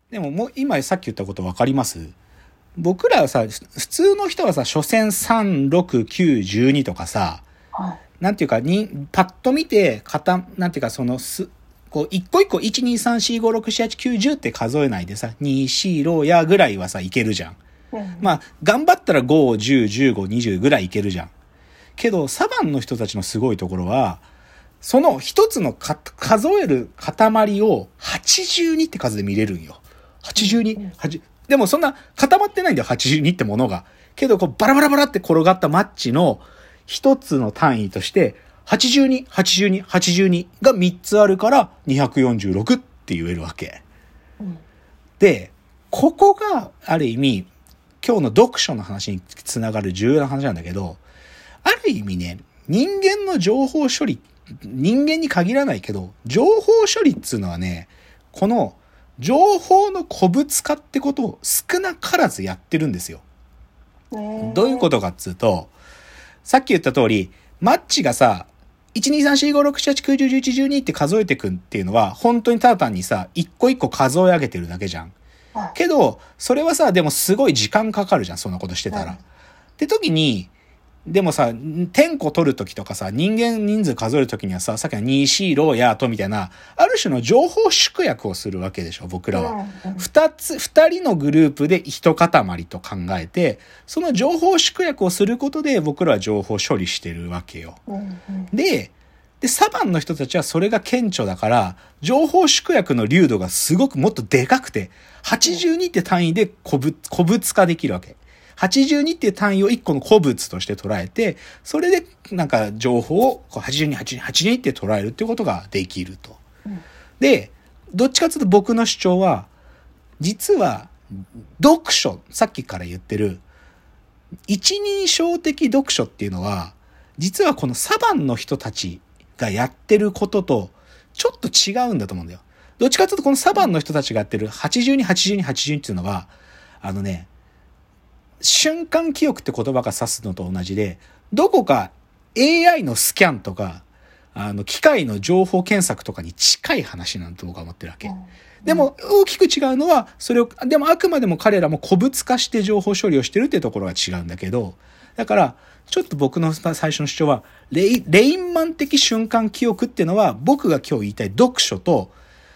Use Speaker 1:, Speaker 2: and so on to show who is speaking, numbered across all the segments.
Speaker 1: でももう今さっき言ったこと分かります？僕らはさ、普通の人はさ、所詮3、6、9、12とかさ、なんていうか、パッと見て、なんていうか、こう、一個一個、1、2、3、4、5、6、7、8、9、10って数えないでさ、2、4、6やぐらいはさ、いけるじゃん。まあ、頑張ったら5、10、15、20ぐらいいけるじゃん。けど、サバンの人たちのすごいところは、その一つの数える塊を82って数で見れるんよ。82、でもそんな固まってないんだよ、82ってものが。けど、こう、バラバラバラって転がったマッチの一つの単位として、82、82、82が3つあるから246って言えるわけ。で、ここがある意味、今日の読書の話につながる重要な話なんだけど、ある意味ね、人間の情報処理、人間に限らないけど、情報処理っつうのはね、この情報の古物化ってことを少なからずやってるんですよ。どういうことかっつうと、さっき言った通り、マッチがさ、1、2、3、4、5、6、7、8、9、10、11、12って数えてくんっていうのは、本当にただ単にさ、一個一個数え上げてるだけじゃん。けど、それはさ、でもすごい時間かかるじゃん、そんなことしてたら。って時に、でもさ、点個取るときとかさ、人間人数数えるときにはさ、さっきの2、4、6やとみたいな、ある種の情報縮約をするわけでしょ、僕らは。二人のグループで一塊と考えて、その情報縮約をすることで僕らは情報処理してるわけよ。で、サバンの人たちはそれが顕著だから、情報縮約の流度がすごくもっとでかくて、82って単位で古物化できるわけ。82っていう単位を1個の古物として捉えて、それでなんか情報を82、82、82って捉えるっていうことができると。で、どっちかというと僕の主張は、実は読書、さっきから言ってる一人称的読書っていうのは、実はこのサバンの人たちがやってることとちょっと違うんだと思うんだよ。どっちかというとこのサバンの人たちがやってる82、82、82っていうのは、瞬間記憶って言葉が指すのと同じで、どこか AI のスキャンとか、機械の情報検索とかに近い話なんて僕は思ってるわけ。でも大きく違うのは、でもあくまでも彼らも古物化して情報処理をしてるっていうところが違うんだけど、だから、ちょっと僕の最初の主張は、レインマン的瞬間記憶っていうのは、僕が今日言いたい読書と、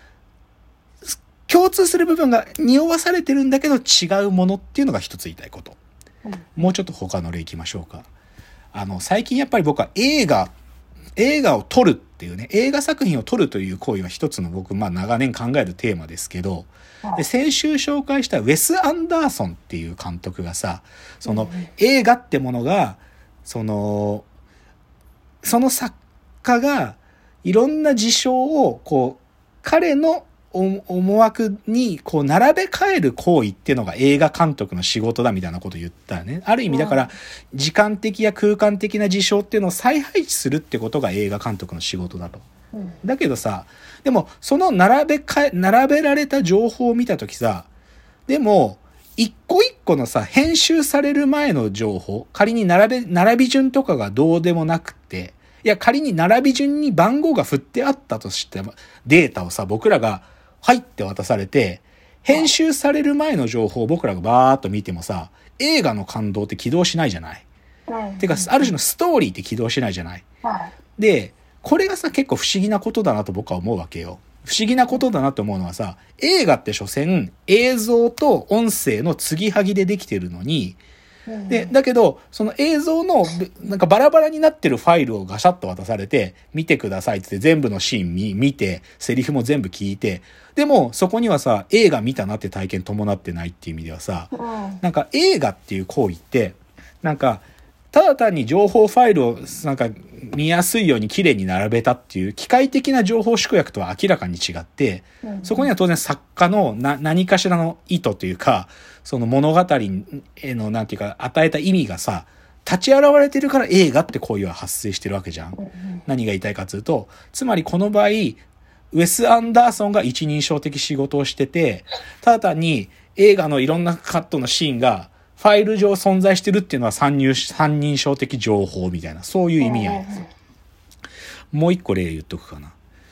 Speaker 1: 共通する部分が匂わされてるんだけど違うものっていうのが一つ言いたいこと。もうちょっと他の例いきましょうか。最近やっぱり僕は映画を撮るっていうね、映画作品を撮るという行為は一つの僕、長年考えるテーマですけど、で、先週紹介したウェス・アンダーソンっていう監督がさ、その映画ってものが、その作家がいろんな事象をこう、彼の思惑にこう並べ替える行為っていうのが映画監督の仕事だみたいなことを言ったよね。ある意味だから時間的や空間的な事象っていうのを再配置するってことが映画監督の仕事だと。だけどさ、でもその並べられた情報を見たときさ、でも一個一個のさ、編集される前の情報、仮に並び順とかがどうでもなくて、いや仮に並び順に番号が振ってあったとしてデータをさ、僕らがはいって渡されて、編集される前の情報を僕らがバーっと見てもさ、映画の感動って起動しないじゃない。てか、ある種のストーリーって起動しないじゃない。で、これがさ、結構不思議なことだなと僕は思うわけよ。不思議なことだなと思うのはさ、映画って所詮映像と音声の継ぎはぎでできてるのに、で、だけど、その映像の、なんかバラバラになってるファイルをガシャッと渡されて、見てくださいって全部のシーン見て、セリフも全部聞いて、でも、そこにはさ、映画見たなって体験伴ってないっていう意味ではさ、なんか映画っていう行為って、なんか、ただ単に情報ファイルをなんか見やすいように綺麗に並べたっていう機械的な情報縮約とは明らかに違って、そこには当然作家の何かしらの意図というか、その物語へのなんていうか与えた意味がさ、立ち現れてるから映画って行為は発生してるわけじゃん。何が言いたいかというと、つまりこの場合、ウェス・アンダーソンが一人称的仕事をしてて、ただ単に映画のいろんなカットのシーンがファイル上存在してるっていうのは三人称的情報みたいな、そういう意味合いです。もう一個例言っとくかな。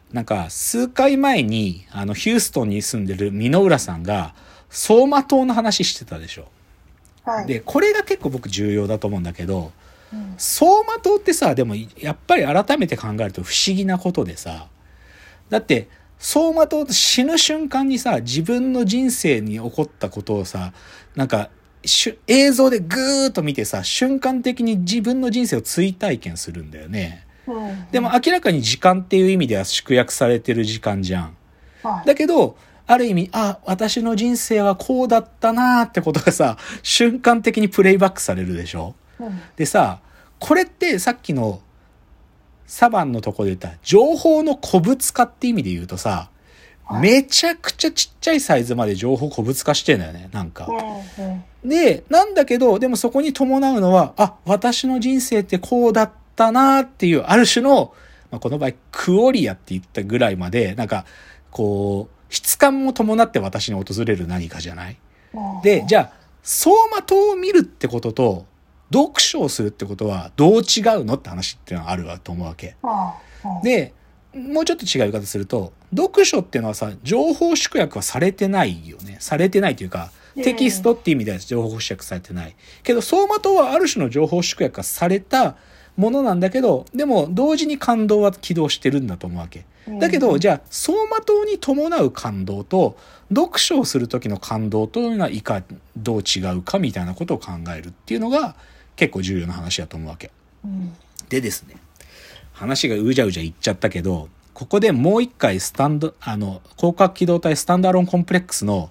Speaker 1: なんか数回前にヒューストンに住んでる箕浦さんが走馬灯の話してたでしょ。
Speaker 2: はい、
Speaker 1: でこれが結構僕重要だと思うんだけど、走馬灯ってさ、でもやっぱり改めて考えると不思議なことでさ、だって走馬灯って死ぬ瞬間にさ、自分の人生に起こったことをさ、なんか映像でぐーっと見てさ、瞬間的に自分の人生を追体験するんだよね。でも明らかに時間っていう意味では縮約されてる時間じゃん。だけどある意味、私の人生はこうだったなーってことがさ、瞬間的にプレイバックされるでしょ。でさ、これってさっきのサバンのとこで言った情報の古物化って意味で言うとさ、めちゃくちゃちっちゃいサイズまで情報古物化してんだよね、なんか。で、なんだけど、でもそこに伴うのは、私の人生ってこうだったなーっていう、ある種の、この場合、クオリアって言ったぐらいまで、なんか、こう、質感も伴って私に訪れる何かじゃない？で、じゃあ、走馬灯を見るってことと、読書をするってことはどう違うのって話っていうのはあると思うわけ。で、もうちょっと違う言い方すると、読書っていうのはさ、情報縮約はされてないよね。されてないというか、テキストっていう意味では情報縮約されてない。けど、走馬灯はある種の情報縮約がされたものなんだけど、でも同時に感動は起動してるんだと思うわけ。だけど、じゃあ、走馬灯に伴う感動と、読書をする時の感動というのはいか、どう違うかみたいなことを考えるっていうのが結構重要な話だと思うわけ。でですね、話がうじゃうじゃ言っちゃったけど、ここでもう一回広角機動隊スタンドアローンコンプレックスの、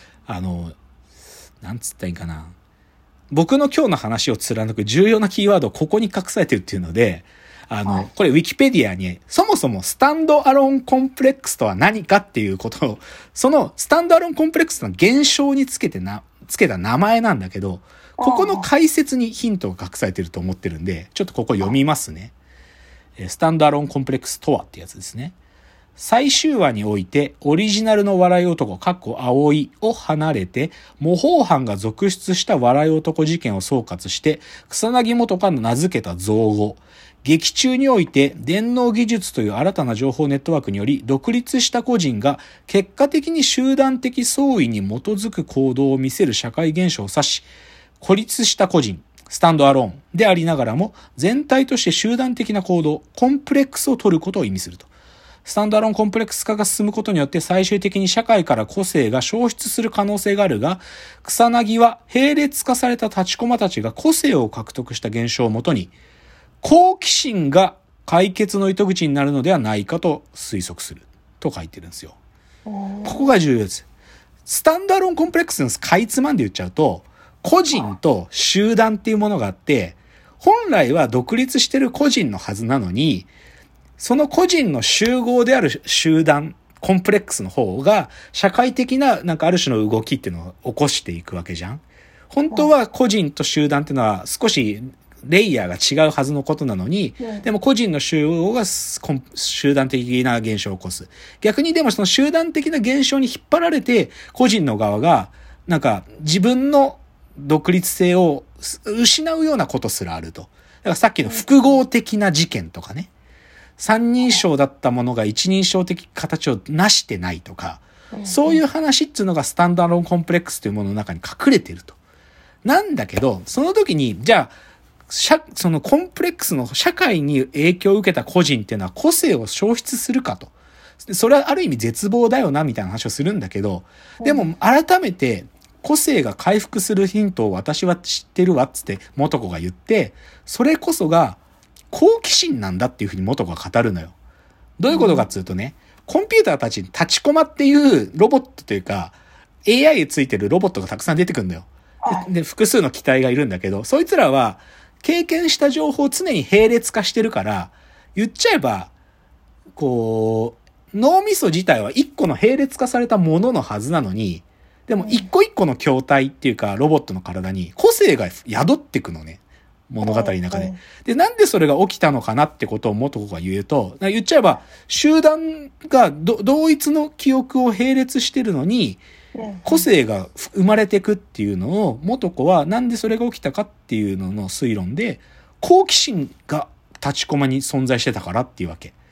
Speaker 1: なんつったらいいかな。僕の今日の話を貫く重要なキーワードここに隠されてるっていうので、これウィキペディアにそもそもスタンドアローンコンプレックスとは何かっていうことを、そのスタンドアローンコンプレックスの現象につけた名前なんだけど、ここの解説にヒントが隠されてると思ってるんで、ちょっとここ読みますね。スタンドアローンコンプレックスとはってやつですね。最終話においてオリジナルの笑い男葵を離れて模倣犯が続出した笑い男事件を総括して草薙素子の名付けた造語。劇中において電脳技術という新たな情報ネットワークにより独立した個人が結果的に集団的相違に基づく行動を見せる社会現象を指し、孤立した個人、スタンドアローンでありながらも全体として集団的な行動、コンプレックスを取ることを意味すると。スタンドアローンコンプレックス化が進むことによって最終的に社会から個性が消失する可能性があるが、草薙は並列化された立ちコマたちが個性を獲得した現象をもとに、好奇心が解決の糸口になるのではないかと推測すると書いてるんですよ。ここが重要です。スタンドアローンコンプレックスのかいつまんで言っちゃうと、個人と集団っていうものがあって、本来は独立してる個人のはずなのに、その個人の集合である集団、コンプレックスの方が社会的ななんかある種の動きっていうのを起こしていくわけじゃん。本当は個人と集団っていうのは少しレイヤーが違うはずのことなのに、でも個人の集合が集団的な現象を起こす。逆にでもその集団的な現象に引っ張られて個人の側がなんか自分の独立性を失うようなことすらあると。だからさっきの複合的な事件とかね。三人称だったものが一人称的形を成してないとか、そういう話っていうのがスタンドアローンコンプレックスというものの中に隠れてると。なんだけど、その時に、じゃあ、そのコンプレックスの社会に影響を受けた個人っていうのは個性を消失するかと。それはある意味絶望だよな、みたいな話をするんだけど、でも改めて個性が回復するヒントを私は知ってるわっつって元子が言って、それこそが好奇心なんだっていうふうに元子が語るのよ。どういうことかっていうとね、コンピューターたちに立ちコマっていうロボットというか AI についてるロボットがたくさん出てくるんだよ。で、複数の機体がいるんだけど、そいつらは経験した情報を常に並列化してるから、言っちゃえば、こう、脳みそ自体は一個の並列化されたもののはずなのに、でも一個一個の筐体っていうかロボットの体に個性が宿ってくのね。物語の中で。で、なんでそれが起きたのかなってことを元子が言うと、言っちゃえば、集団が同一の記憶を並列してるのに、個性が生まれてくっていうのを、元子はなんでそれが起きたかっていうのの推論で、好奇心が立ちコマに存在してたからっていうわけ。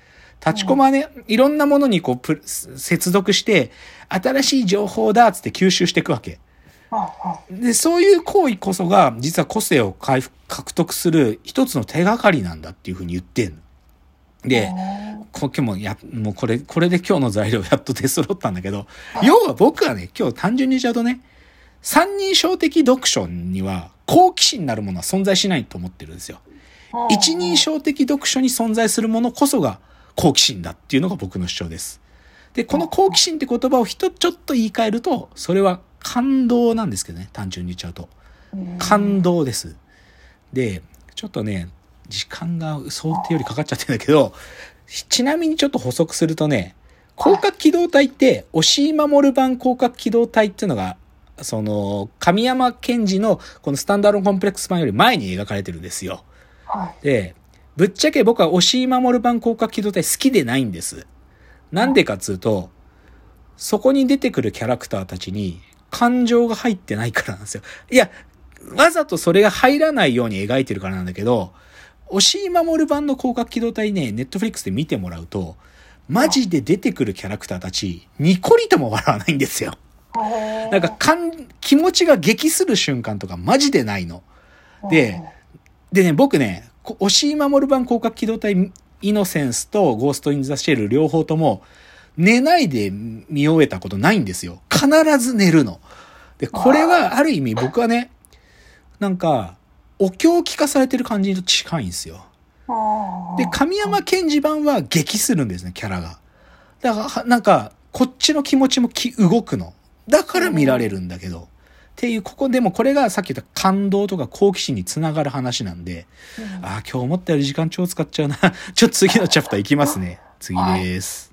Speaker 1: 立ちコマね、いろんなものにこう接続して、新しい情報だっつって吸収していくわけ。で、そういう行為こそが、実は個性を獲得する一つの手がかりなんだっていうふうに言ってんの。で、今日ももうこれで今日の材料やっと出揃ったんだけど、要は僕はね、今日単純に言っちゃうとね、三人称的読書には好奇心なるものは存在しないと思ってるんですよ。一人称的読書に存在するものこそが好奇心だっていうのが僕の主張です。で、この好奇心って言葉をちょっと言い換えると、それは感動なんですけどね、単純に言っちゃうと。感動です。で、ちょっとね、時間が想定よりかかっちゃってるんだけど、ちなみにちょっと補足するとね、広角機動隊って、押井守版広角機動隊っていうのが、神山健治のこのスタンダードコンプレックス版より前に描かれてるんですよ。で、ぶっちゃけ僕は押井守版広角機動隊好きでないんです。なんでかっつうと、そこに出てくるキャラクターたちに感情が入ってないからなんですよ。いや、わざとそれが入らないように描いてるからなんだけど、押井守版の広角機動隊ね、ネットフリックスで見てもらうと、マジで出てくるキャラクターたち、ニコリとも笑わないんですよ。なんか気持ちが激する瞬間とかマジでないの。でね、僕ね、押井守版広角機動隊イノセンスとゴーストインザシェル両方とも寝ないで見終えたことないんですよ。必ず寝るの。で、これはある意味僕はね、なんか、お経を聞かされてる感じと近いんですよ。で、神山健治版は激するんですね、キャラが。だから、なんか、こっちの気持ちも動くの。だから見られるんだけど。っていう、でもこれがさっき言った感動とか好奇心につながる話なんで、今日思ったより時間超使っちゃうな。ちょっと次のチャプターいきますね。次です。